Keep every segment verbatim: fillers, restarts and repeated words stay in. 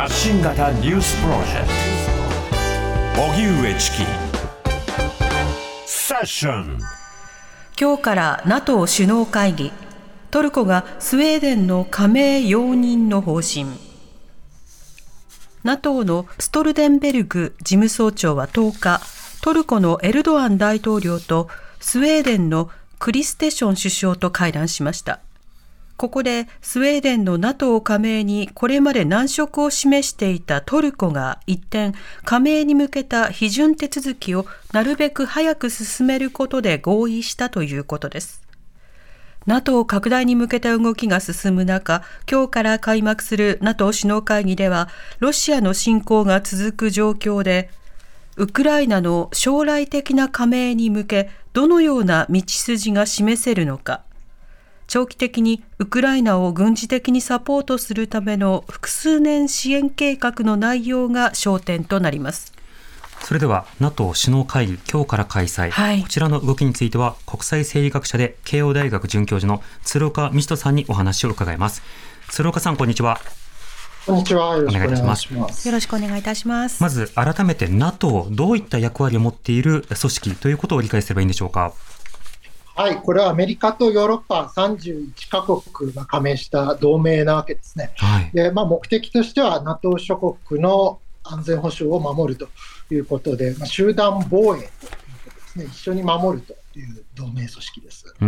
発信型ニュースプロジェクト荻上チキセッション。 今日から ナトー 首脳会議、トルコがスウェーデンの加盟容認の方針。 ナトー のストルデンベルグ事務総長はとおか、トルコのエルドアン大統領とスウェーデンのクリステション首相と会談しました。ここでスウェーデンの ナトー 加盟にこれまで難色を示していたトルコが一転、加盟に向けた批准手続きをなるべく早く進めることで合意したということです。 ナトー 拡大に向けた動きが進む中、今日から開幕する ナトー 首脳会議では、ロシアの侵攻が続く状況でウクライナの将来的な加盟に向けどのような道筋が示せるのか、長期的にウクライナを軍事的にサポートするための複数年支援計画の内容が焦点となります。 それでは ナトー 首脳会議今日から開催、はい、こちらの動きについては国際政治学者で慶応大学准教授の鶴岡道人さんにお話を伺います。鶴岡さん、こんにちは。 こんにちは。よろしくお願いいたします。よろしくお願いいたします。 まず改めて ナトー どういった役割を持っている組織ということを理解すればいいんでしょうか。 はい、これはアメリカとヨーロッパさんじゅういちカ国が加盟した同盟なわけですね。はい、でまあ、目的としては ナトー 諸国の安全保障を守るということで、まあ、集団防衛ということですね。一緒に守るという同盟組織です。 うん。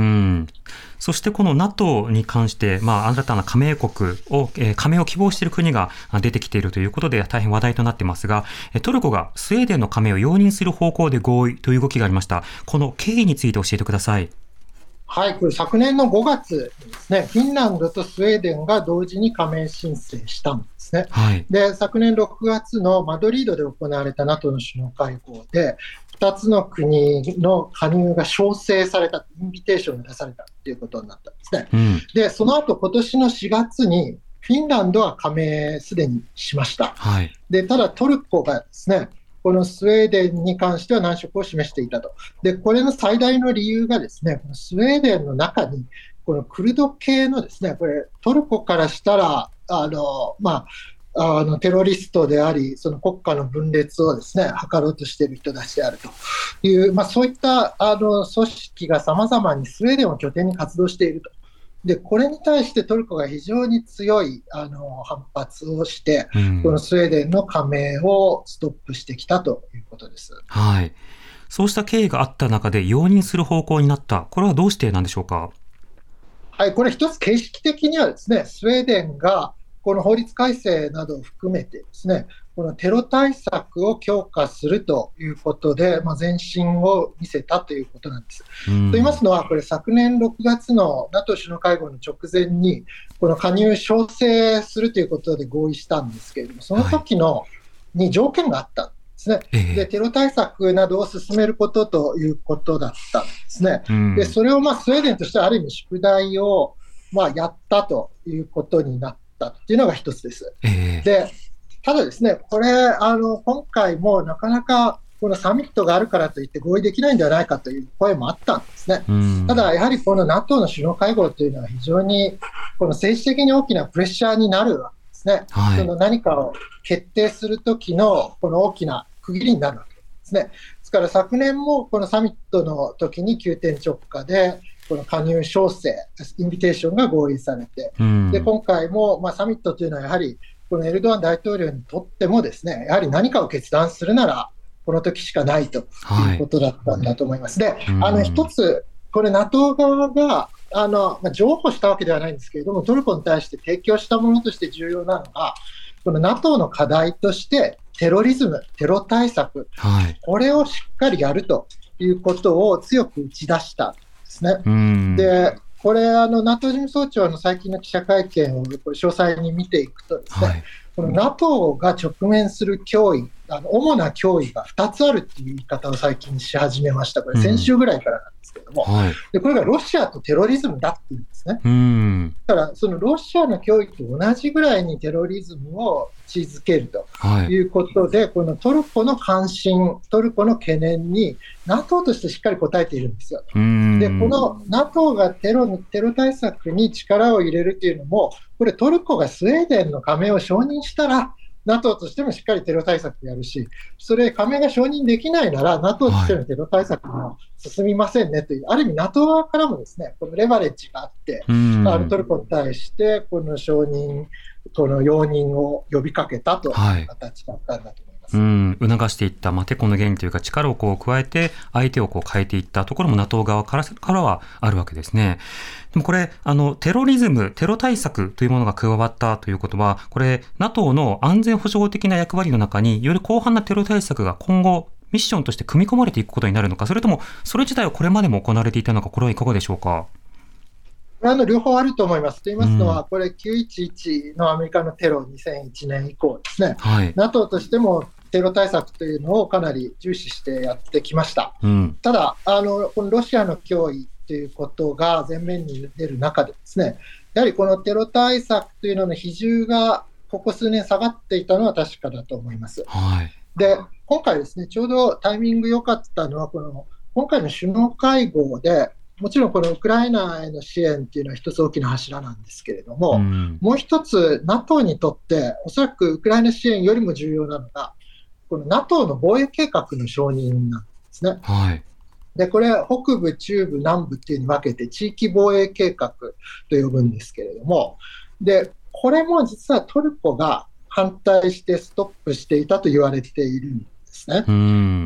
そしてこの ナトー に関して、まあ、新たな加盟国を、えー、加盟を希望している国が出てきているということで大変話題となっていますが、トルコがスウェーデンの加盟を容認する方向で合意という動きがありました。この経緯について教えてください。 はい、これ昨年のごがつにですね、フィンランドとスウェーデンが同時に加盟申請したんですね。はい、で昨年ろくがつのマドリードで行われた ナトー の首脳会合でふたつの国の加入が奨励された、インビテーションが出されたということになったんですね。うん、でその後今年のしがつにフィンランドは加盟すでにしました。はい、でただトルコがですね、このスウェーデンに関しては難色を示していたと。でこれの最大の理由がですね、スウェーデンの中にこのクルド系のですね、これトルコからしたらあの、まあ、あのテロリストであり、その国家の分裂をですね図ろうとしている人たちであるという、まあ、そういったあの組織がさまざまにスウェーデンを拠点に活動していると。でこれに対してトルコが非常に強いあの反発をして、うん、このスウェーデンの加盟をストップしてきたということです。 はい、そうした経緯があった中で容認する方向になった、これはどうしてなんでしょうか。 はい、これ一つ形式的にはですね、スウェーデンがこの法律改正などを含めてですね、このテロ対策を強化するということで、まあ、前進を見せたということなんです。と言いますのは、これ昨年ろくがつの ナトー 首脳会合の直前にこの加入奨励するということで合意したんですけれども、その時のに条件があったんですね。はい、でテロ対策などを進めることということだったんですね。でそれをまあスウェーデンとしてはある意味宿題をまあやったということになったというのが一つです。えー、でただですね、これあの今回もなかなかこのサミットがあるからといって合意できないんではないかという声もあったんですね。ただやはりこの ナトー の首脳会合というのは非常にこの政治的に大きなプレッシャーになるわけですね。はい、その何かを決定するときのこの大きな区切りになるわけですね。ですから昨年もこのサミットの時に急転直下でこの加入奨励、インビテーションが合意されて、で今回もまあサミットというのはやはりこのエルドアン大統領にとってもですね、やはり何かを決断するならこの時しかないということだったんだと思います。はい、で、あの一つこれ ナトー 側があの、まあ、譲歩したわけではないんですけれども、トルコに対して提供したものとして重要なのが、この ナトー の課題としてテロリズム、テロ対策、はい、これをしっかりやるということを強く打ち出したんですね。でこれあの ナトー 事務総長の最近の記者会見をこれ詳細に見ていくとですね、はい、この ナトー が直面する脅威、あの主な脅威がふたつあるという言い方を最近し始めました。これ先週ぐらいからなんですけども、うんはい、でこれがロシアとテロリズムだっていうんですね。うんだからそのロシアの脅威と同じぐらいにテロリズムを位置づけるということで、はい、このトルコの関心、トルコの懸念に ナトー としてしっかり応えているんですよ。うんでこの ナトー がテロ、テロ対策に力を入れるというのも、これトルコがスウェーデンの加盟を承認したら NATO としてもしっかりテロ対策やるし、それ、加盟が承認できないなら、NATO としてのテロ対策も進みませんねという、はい、ある意味、NATO 側からもですね、このレバレッジがあって、あのトルコに対して、この承認、この容認を呼びかけたという形だったんだと思います。はいうん、促していった、まあ、てこの原理というか力をこう加えて相手をこう変えていったところも NATO 側から、からはあるわけですね。でもこれあのテロリズム、テロ対策というものが加わったということは、これ NATO の安全保障的な役割の中により広範なテロ対策が今後ミッションとして組み込まれていくことになるのか、それともそれ自体はこれまでも行われていたのか、これはいかがでしょうか。 あの両方あると思います。と言いますのは、これきゅういちいちのアメリカのテロにせんいちねん以降ですね、はい、NATO としてもテロ対策というのをかなり重視してやってきました。うん、ただあの、このロシアの脅威ということが前面に出る中でですね、やはりこのテロ対策というのの比重がここ数年下がっていたのは確かだと思います。はい、で今回ですね、ちょうどタイミング良かったのは、この今回の首脳会合で、もちろんこのウクライナへの支援というのは一つ大きな柱なんですけれども、うん、もう一つ NATO にとっておそらくウクライナ支援よりも重要なのが、この NATO の防衛計画の承認なんですね。はい、でこれ北部、中部、南部っていうに分けて地域防衛計画と呼ぶんですけれども、でこれも実はトルコが反対してストップしていたと言われているんですね。うん、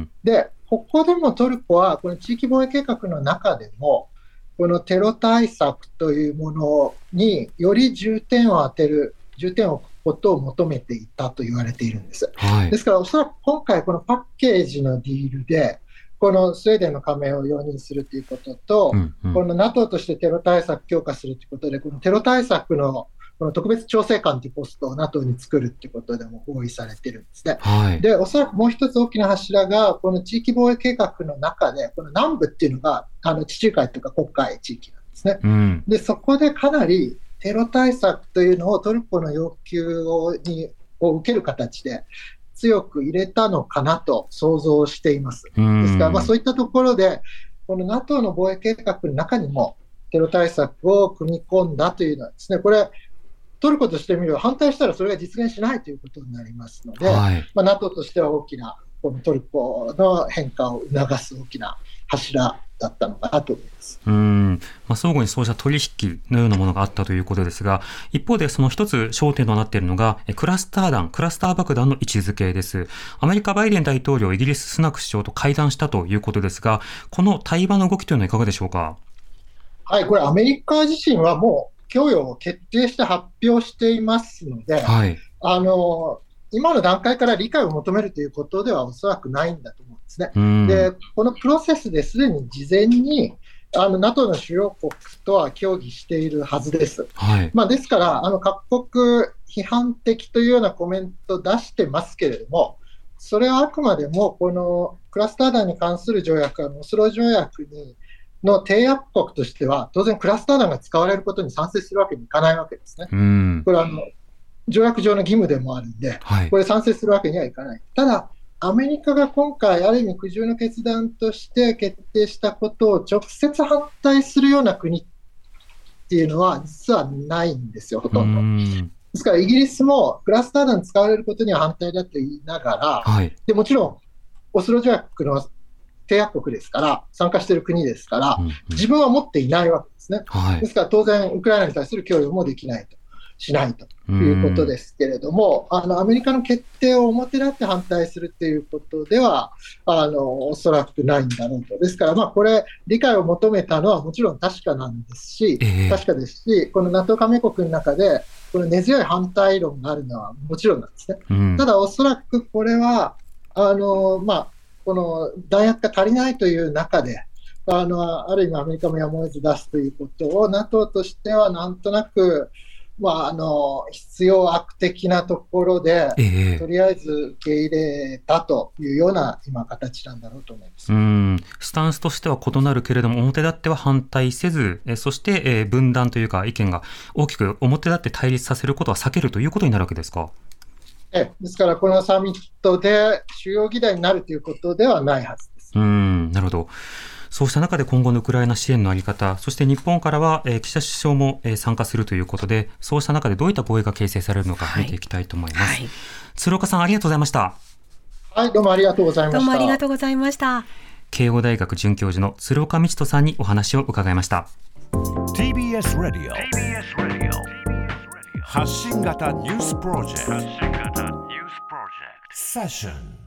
でここでもトルコはこの地域防衛計画の中でもこのテロ対策というものにより重点を当てる、重点を置くことを求めていたと言われているんです。はい、ですからおそらく今回このパッケージのディールでこのスウェーデンの加盟を容認するということと、うんうん、この NATO としてテロ対策強化するということで、このテロ対策のこの特別調整官というポストを NATO に作るということでも合意されているんですね。はい、でおそらくもう一つ大きな柱が、この地域防衛計画の中で、この南部っていうのがあの地中海というか黒海地域なんですね。うん、でそこでかなりテロ対策というのをトルコの要求をにを受ける形で強く入れたのかなと想像しています。ですから、まあ、そういったところで、この NATO の防衛計画の中にもテロ対策を組み込んだというのはですね、これトルコとしてみれば反対したらそれが実現しないということになりますので、はい、まあ、NATO としては大きなこのトルコの変化を促す大きな柱だったのかなと思います。 うーん、まあ、相互にそうした取引のようなものがあったということですが、一方でその一つ焦点となっているのがクラスター弾、クラスター爆弾の位置づけです。アメリカバイデン大統領、イギリススナク首相と会談したということですが、この対話の動きというのはいかがでしょうか。 はい、これアメリカ自身はもう供与を決定して発表していますので、はい、あの今の段階から理解を求めるということではおそらくないんだと思うんですね。でこのプロセスですでに事前にあの NATO の主要国とは協議しているはずです。はい、まあ、ですからあの各国批判的というようなコメントを出してますけれども、それはあくまでもこのクラスター弾に関する条約はオスロ条約にの締約国としては当然クラスター弾が使われることに賛成するわけにいかないわけですね。うん、これはあの条約上の義務でもあるんで、はい、これ賛成するわけにはいかない。ただアメリカが今回ある意味苦渋の決断として決定したことを直接反対するような国っていうのは実はないんですよ、ほとんど。うんですからイギリスもクラスター弾使われることには反対だと言いながら、はい、でもちろんオスロ条約の締約国ですから、参加している国ですから、うんうん、自分は持っていないわけですね。はい、ですから当然ウクライナに対する供与もできないと、しないということですけれども、あのアメリカの決定を表立って反対するということではあのおそらくないんだろうと。ですから、まあ、これ理解を求めたのはもちろん確かなんですし、えー、確かですし、この NATO 加盟国の中でこの根強い反対論があるのはもちろんなんですね。うん、ただおそらくこれはあの、まあ、この弾薬が足りないという中で、あのある意味アメリカもやむを得ず出すということを NATO としてはなんとなく、まあ、あの必要悪的なところで、えー、とりあえず受け入れたというような今形なんだろうと思います。 うん、スタンスとしては異なるけれども表立っては反対せず、えそして、えー、分断というか意見が大きく表立って対立させることは避けるということになるわけですか。 えですからこのサミットで主要議題になるということではないはずです。 うん、なるほど。 そうした中で今後のウクライナ支援のあり方、そして日本からは、えー、岸田首相も、えー、参加するということで、そうした中でどういった合意が形成されるのか見ていきたいと思います。はいはい、鶴岡さん、ありがとうございました。 はい、どうもありがとうございました。 どうもありがとうございました。 慶応大学准教授の鶴岡道人さんにお話を伺いました。 ティービーエス Radio 発信型ニュースプロジェクトセッション